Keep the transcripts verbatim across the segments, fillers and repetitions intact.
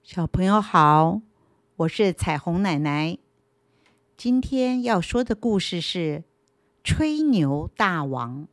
小朋友好，我是彩虹奶奶。今天要说的故事是吹牛大王。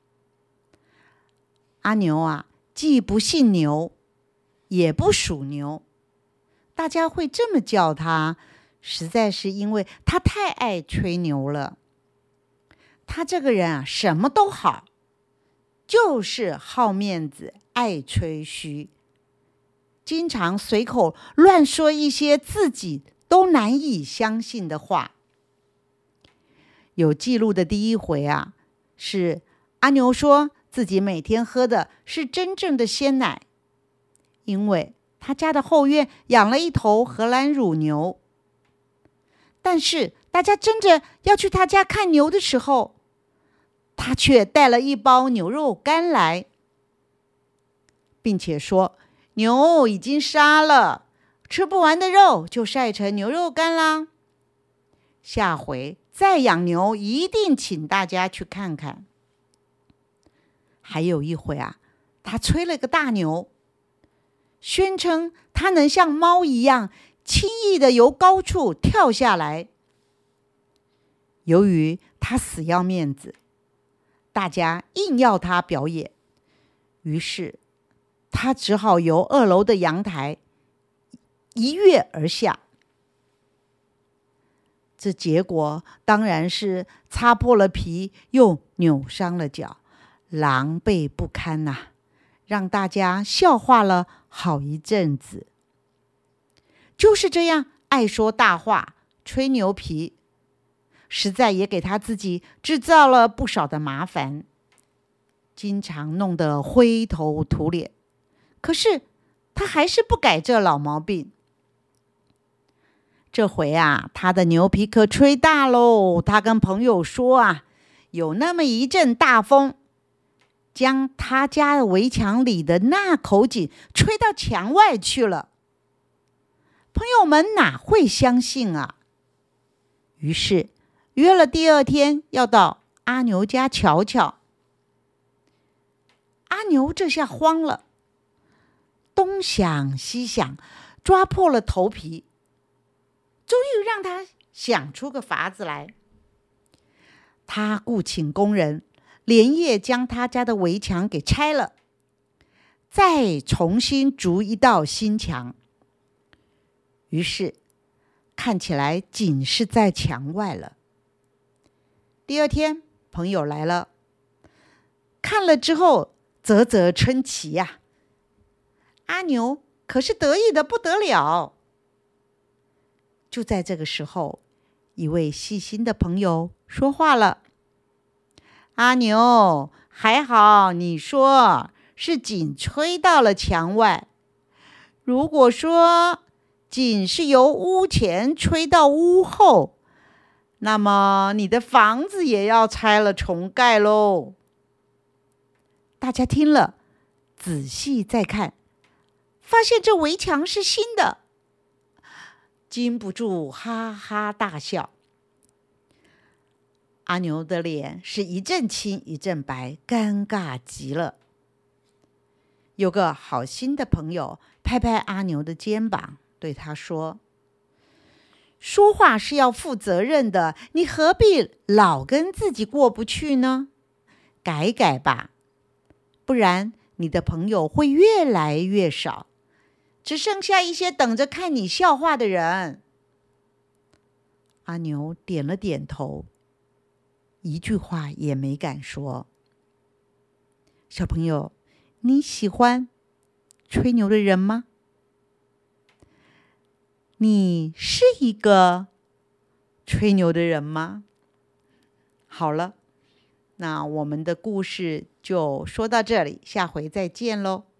阿牛啊，既不姓牛，也不属牛，大家会这么叫他，实在是因为他太爱吹牛了。他这个人啊，什么都好，就是好面子，爱吹嘘，经常随口乱说一些自己都难以相信的话。有记录的第一回啊，是阿牛说自己每天喝的是真正的鲜奶，因为他家的后院养了一头荷兰乳牛。但是大家争着要去他家看牛的时候，他却带了一包牛肉干来，并且说牛已经杀了，吃不完的肉就晒成牛肉干啦。下回再养牛，一定请大家去看看。还有一回啊，他吹了个大牛，宣称他能像猫一样轻易的由高处跳下来。由于他死要面子，大家硬要他表演，于是他只好由二楼的阳台一跃而下。这结果当然是擦破了皮，又扭伤了脚，狼狈不堪呐、啊，让大家笑话了好一阵子。就是这样爱说大话、吹牛皮，实在也给他自己制造了不少的麻烦，经常弄得灰头土脸。可是他还是不改这老毛病。这回啊，他的牛皮可吹大喽。他跟朋友说啊，有那么一阵大风，将他家的围墙里的那口井吹到墙外去了。朋友们哪会相信啊？于是约了第二天要到阿牛家瞧瞧。阿牛这下慌了，东想西想，抓破了头皮，终于让他想出个法子来。他雇请工人，连夜将他家的围墙给拆了，再重新筑一道新墙。于是看起来井是在墙外了。第二天朋友来了，看了之后啧啧称奇呀、啊，阿牛可是得意的不得了。就在这个时候，一位细心的朋友说话了：阿牛，还好你说是井吹到了墙外，如果说井是由屋前吹到屋后，那么你的房子也要拆了重盖喽。大家听了，仔细再看，发现这围墙是新的，禁不住哈哈大笑。阿牛的脸是一阵青一阵白，尴尬极了。有个好心的朋友拍拍阿牛的肩膀，对他说：说话是要负责任的，你何必老跟自己过不去呢？改改吧，不然你的朋友会越来越少，只剩下一些等着看你笑话的人。阿牛点了点头，一句话也没敢说。小朋友，你喜欢吹牛的人吗？你是一个吹牛的人吗？好了，那我们的故事就说到这里，下回再见喽。